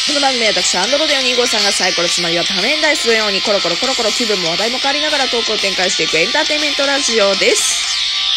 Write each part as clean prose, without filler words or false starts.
この番組は私、アンドロデオ2号さんがサイコロつまりは多面ダイスのようにコロコロ気分も話題も変わりながらトークを展開していくエンターテインメントラジオです。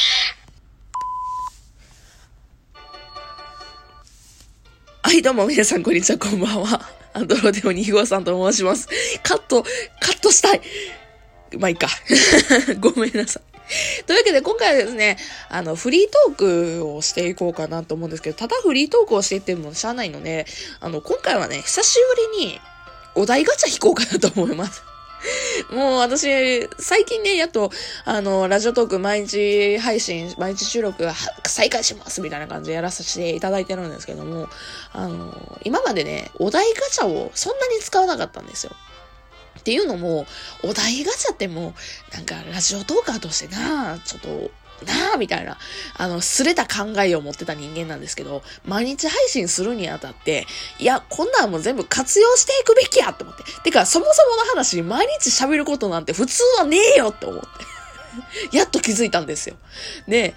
はい、どうも皆さんこんにちは、こんばんは。アンドロデオ2号さんと申します。カットしたい。まあいいか。ごめんなさい。というわけで今回はですね、フリートークをしていこうかなと思うんですけど、ただフリートークをしていってもしゃあないので、今回はね、久しぶりにお題ガチャ引こうかなと思います。もう私、最近ね、やっと、ラジオトーク毎日配信、毎日収録が再開しますみたいな感じでやらさせていただいてるんですけども、今までね、お題ガチャをそんなに使わなかったんですよ。っていうのも、お題ガチャってもう、なんかラジオトーカーとしてちょっと、みたいな、すれた考えを持ってた人間なんですけど、毎日配信するにあたって、いや、こんなんも全部活用していくべきやって思って。てか、そもそもの話、毎日喋ることなんて普通はねえよって思って。やっと気づいたんですよ。で、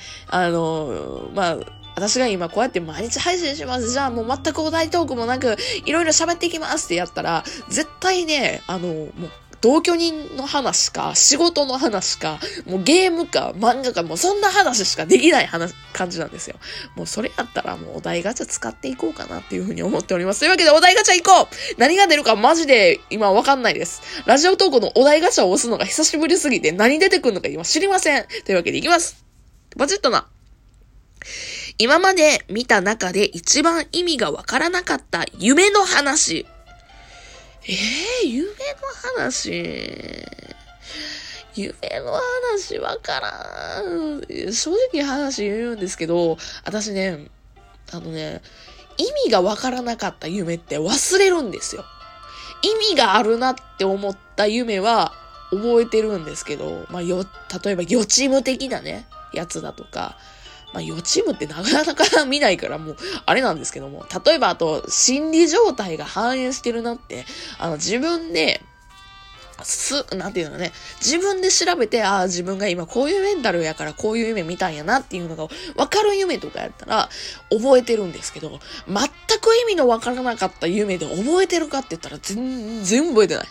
私が今こうやって毎日配信します。じゃあもう全くお題トークもなく、いろいろ喋っていきますってやったら、絶対ね、もう、同居人の話か、仕事の話か、もうゲームか、漫画か、もうそんな話しかできない感じなんですよ。もうそれやったらもうお題ガチャ使っていこうかなっていうふうに思っております。というわけでお題ガチャ行こう。何が出るかマジで今わかんないです。ラジオトークのお題ガチャを押すのが久しぶりすぎて何出てくるのか今知りません。というわけで行きます。バチッとな。今まで見た中で一番意味がわからなかった夢の話。夢の話。夢の話わからん。正直話言うんですけど、私ね、意味がわからなかった夢って忘れるんですよ。意味があるなって思った夢は覚えてるんですけど、例えば予知夢的なね、やつだとか、予知夢ってなかなか見ないからもう、あれなんですけども、例えばあと、心理状態が反映してるなって、自分で、なんていうのね、自分で調べて、自分が今こういうメンタルやからこういう夢見たんやなっていうのが分かる夢とかやったら覚えてるんですけど、全く意味の分からなかった夢で覚えてるかって言ったら全然覚えてない。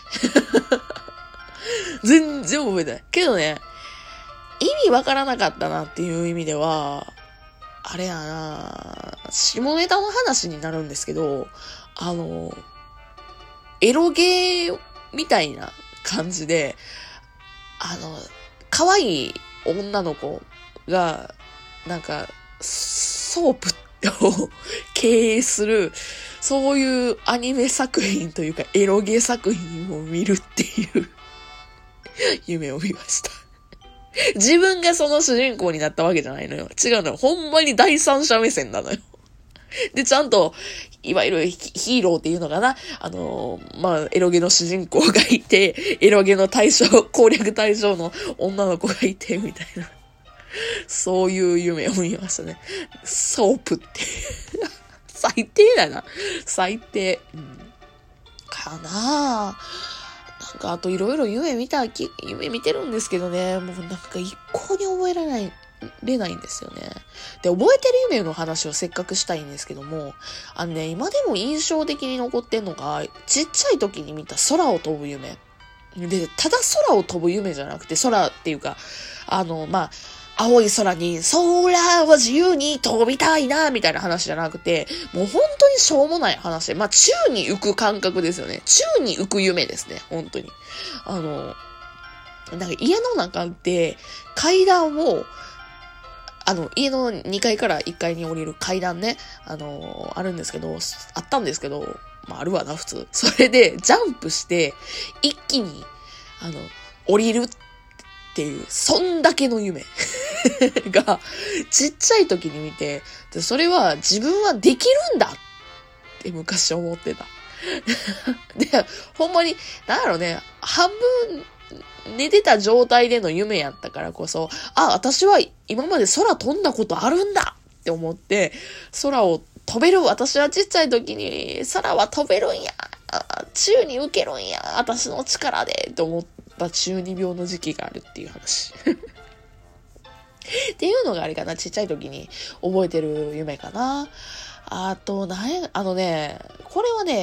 全然覚えてない。けどね、意味わからなかったなっていう意味では、あれやな、下ネタの話になるんですけど、エロゲーみたいな感じで、可愛い女の子が、ソープを経営する、そういうアニメ作品というか、エロゲー作品を見るっていう夢を見ました。自分がその主人公になったわけじゃないのよ。違うのよ。ほんまに第三者目線なのよ。で、ちゃんと、いわゆるヒーローっていうのかな。エロゲの主人公がいて、エロゲの攻略対象の女の子がいて、みたいな。そういう夢を見ましたね。ソープって。最低だな。最低。かなぁ。あといろいろ夢見てるんですけどね、もう一向に覚えられないんですよね。で、覚えてる夢の話をせっかくしたいんですけども、今でも印象的に残ってんのが、ちっちゃい時に見た空を飛ぶ夢。で、ただ空を飛ぶ夢じゃなくて、空っていうか、青い空に、空は自由に飛びたいな、みたいな話じゃなくて、もう本当にしょうもない話で、宙に浮く感覚ですよね。宙に浮く夢ですね、本当に。家の中で階段を、家の2階から1階に降りる階段ね、あるんですけど、あったんですけど、あるわな、普通。それで、ジャンプして、一気に、降りるっていう、そんだけの夢が、ちっちゃい時に見て、で、それは自分はできるんだって昔思ってた。で、ほんまに、半分寝てた状態での夢やったからこそ、私は今まで空飛んだことあるんだって思って、空を飛べる、私はちっちゃい時に空は飛べるんや、宙に浮けるんや、私の力でって思った中二病の時期があるっていう話。っていうのがあれかな、ちっちゃい時に覚えてる夢かな。あと、これはね、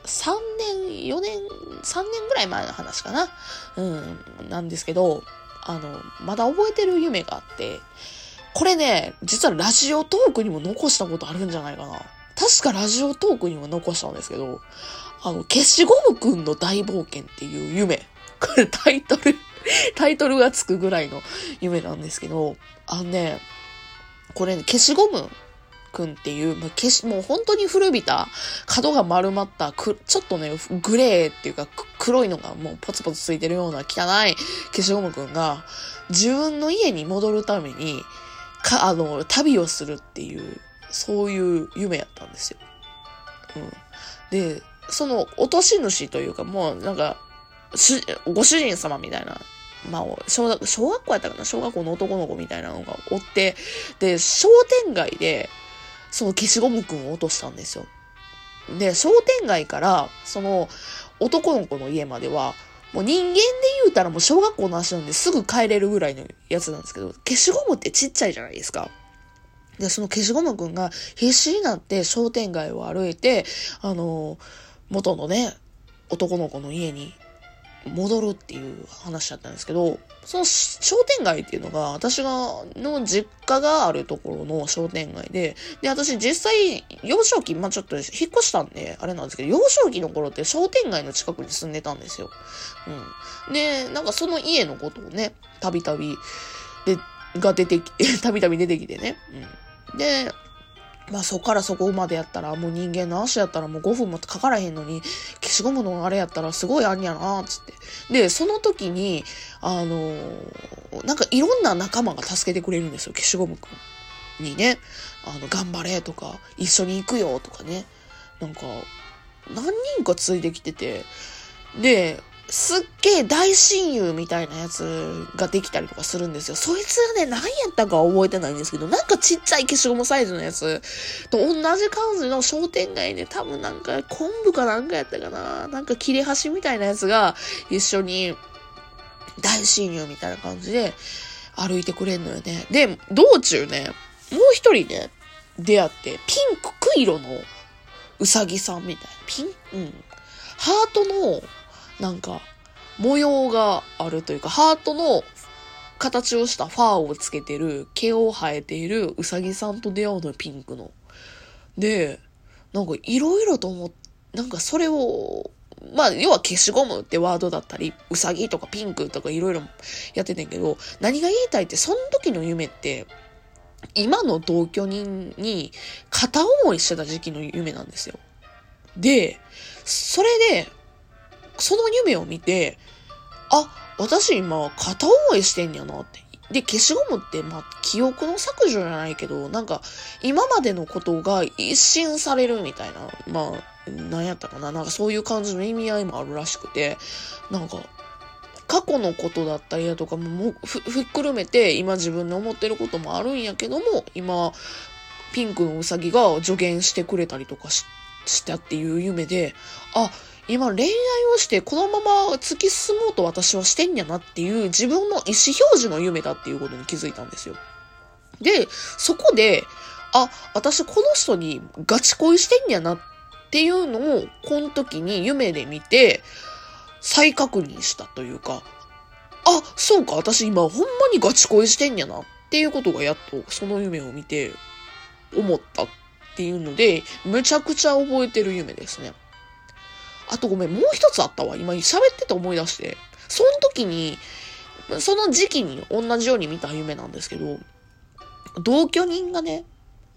3年、4年、3年ぐらい前の話かな。なんですけど、まだ覚えてる夢があって、これね、実はラジオトークにも残したことあるんじゃないかな。確かラジオトークにも残したんですけど、消しゴムくんの大冒険っていう夢。これタイトルがつくぐらいの夢なんですけど、これ、ね、消しゴムくんっていう、もう本当に古びた、角が丸まった、ちょっとね、グレーっていうか、黒いのがもうポツポツついてるような汚い消しゴムくんが、自分の家に戻るために、旅をするっていう、そういう夢やったんですよ。で、その落とし主というか、もうなんか、ご主人様みたいな、小学校やったかな、小学校の男の子みたいなのがおって、で、商店街で、その消しゴムくんを落としたんですよ。で、商店街から、その男の子の家までは、もう人間で言うたらもう小学校の足なんですぐ帰れるぐらいのやつなんですけど、消しゴムってちっちゃいじゃないですか。で、その消しゴムくんが必死になって商店街を歩いて、元のね、男の子の家に戻るっていう話だったんですけど、その商店街っていうのが、私の実家があるところの商店街で、私実際、幼少期、ちょっと引っ越したんで、あれなんですけど、幼少期の頃って商店街の近くに住んでたんですよ。で、なんかその家のことをね、たびたび出てきてね。で、そっからそこまでやったら、もう人間の足やったらもう5分もかからへんのに、消しゴムのあれやったらすごいあんやな、つって。で、その時に、なんかいろんな仲間が助けてくれるんですよ、消しゴムくんにね。頑張れとか、一緒に行くよとかね。なんか、何人かついてきてて、で、すっげえ大親友みたいなやつができたりとかするんですよ。そいつがね、何やったかは覚えてないんですけど、なんかちっちゃい消しゴムサイズのやつと同じ感じの商店街で多分なんか昆布かなんかやったかな。なんか切れ端みたいなやつが一緒に大親友みたいな感じで歩いてくれんのよね。で、道中ね、もう一人ね、出会って、ピンク色のうさぎさんみたいな。ハートのなんか、模様があるというか、ハートの形をしたファーをつけてる、毛を生えているうさぎさんと出会うのよ、ピンクの。で、なんかいろいろとなんかそれを、要は消しゴムってワードだったり、うさぎとかピンクとかいろいろやっててんけど、何が言いたいって、その時の夢って、今の同居人に片思いしてた時期の夢なんですよ。で、それで、その夢を見て、私今片思いしてんやなって。で、消しゴムって、記憶の削除じゃないけど、なんか、今までのことが一新されるみたいな、なんやったかな、なんかそういう感じの意味合いもあるらしくて、なんか、過去のことだったりだとかもひっくるめて、今自分で思ってることもあるんやけども、今、ピンクのうさぎが助言してくれたりとかしたっていう夢で、今恋愛をしてこのまま突き進もうと私はしてんやなっていう自分の意思表示の夢だっていうことに気づいたんですよ。で、そこで、私この人にガチ恋してんやなっていうのをこの時に夢で見て再確認したというか、そうか、私今ほんまにガチ恋してんやなっていうことがやっとその夢を見て思ったっていうので、むちゃくちゃ覚えてる夢ですね。あとごめん、もう一つあったわ。今喋ってて思い出して。その時に、その時期に同じように見た夢なんですけど、同居人がね、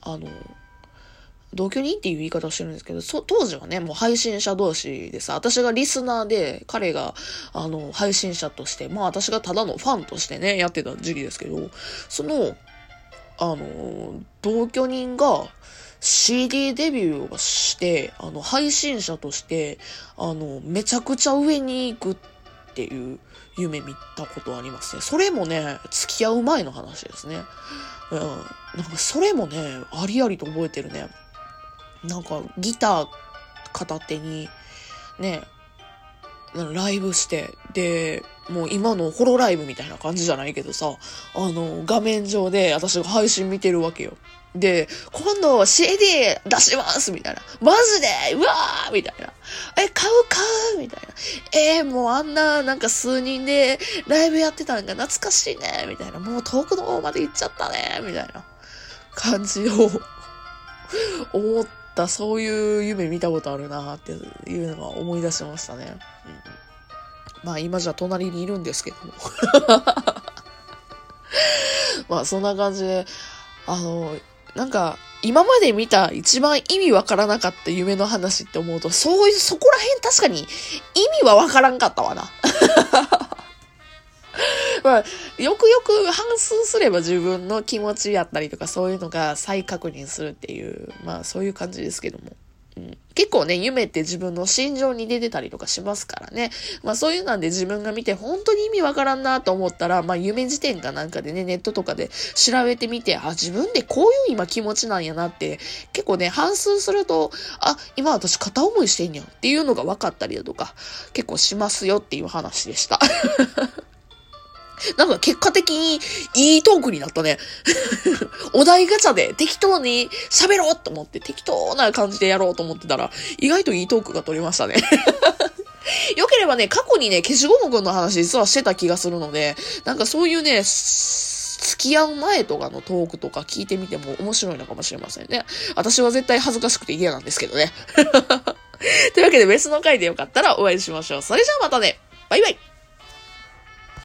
同居人っていう言い方をしてるんですけど、当時はね、もう配信者同士でさ、私がリスナーで、彼が、配信者として、私がただのファンとしてね、やってた時期ですけど、その、同居人が、CD デビューをして、配信者として、めちゃくちゃ上に行くっていう夢見たことありますね。それもね、付き合う前の話ですね。なんかそれもね、ありありと覚えてるね。なんかギター片手に、ね、ライブして、で、もう今のホロライブみたいな感じじゃないけどさ、画面上で私が配信見てるわけよ。で、今度 CD 出しますみたいな。マジでうわーみたいな。 買うみたいな。もうあんな、なんか数人でライブやってたんが懐かしいね、みたいな。もう遠くの方まで行っちゃったね、みたいな感じを思った、そういう夢見たことあるな、っていうのは思い出しましたね。まあ今じゃ隣にいるんですけども。まあそんな感じで、なんか、今まで見た一番意味わからなかった夢の話って思うと、そこら辺確かに意味はわからんかったわな。まあ、よくよく反芻すれば自分の気持ちやったりとかそういうのが再確認するっていう、まあそういう感じですけども。結構ね、夢って自分の心情に出てたりとかしますからね。まあそういうなんで自分が見て本当に意味わからんなと思ったら、まあ夢辞典かなんかでね、ネットとかで調べてみて、自分でこういう今気持ちなんやなって、結構ね、反芻すると、今私片思いしてんやんっていうのが分かったりだとか、結構しますよっていう話でした。なんか結果的にいいトークになったね。お題ガチャで適当に喋ろうと思って適当な感じでやろうと思ってたら意外といいトークが取れましたね。よければね、過去にね、消しゴムくんの話実はしてた気がするので、なんかそういうね、付き合う前とかのトークとか聞いてみても面白いのかもしれませんね。私は絶対恥ずかしくて嫌なんですけどね。というわけで別の回でよかったらお会いしましょう。それじゃあまたね。バイバイ。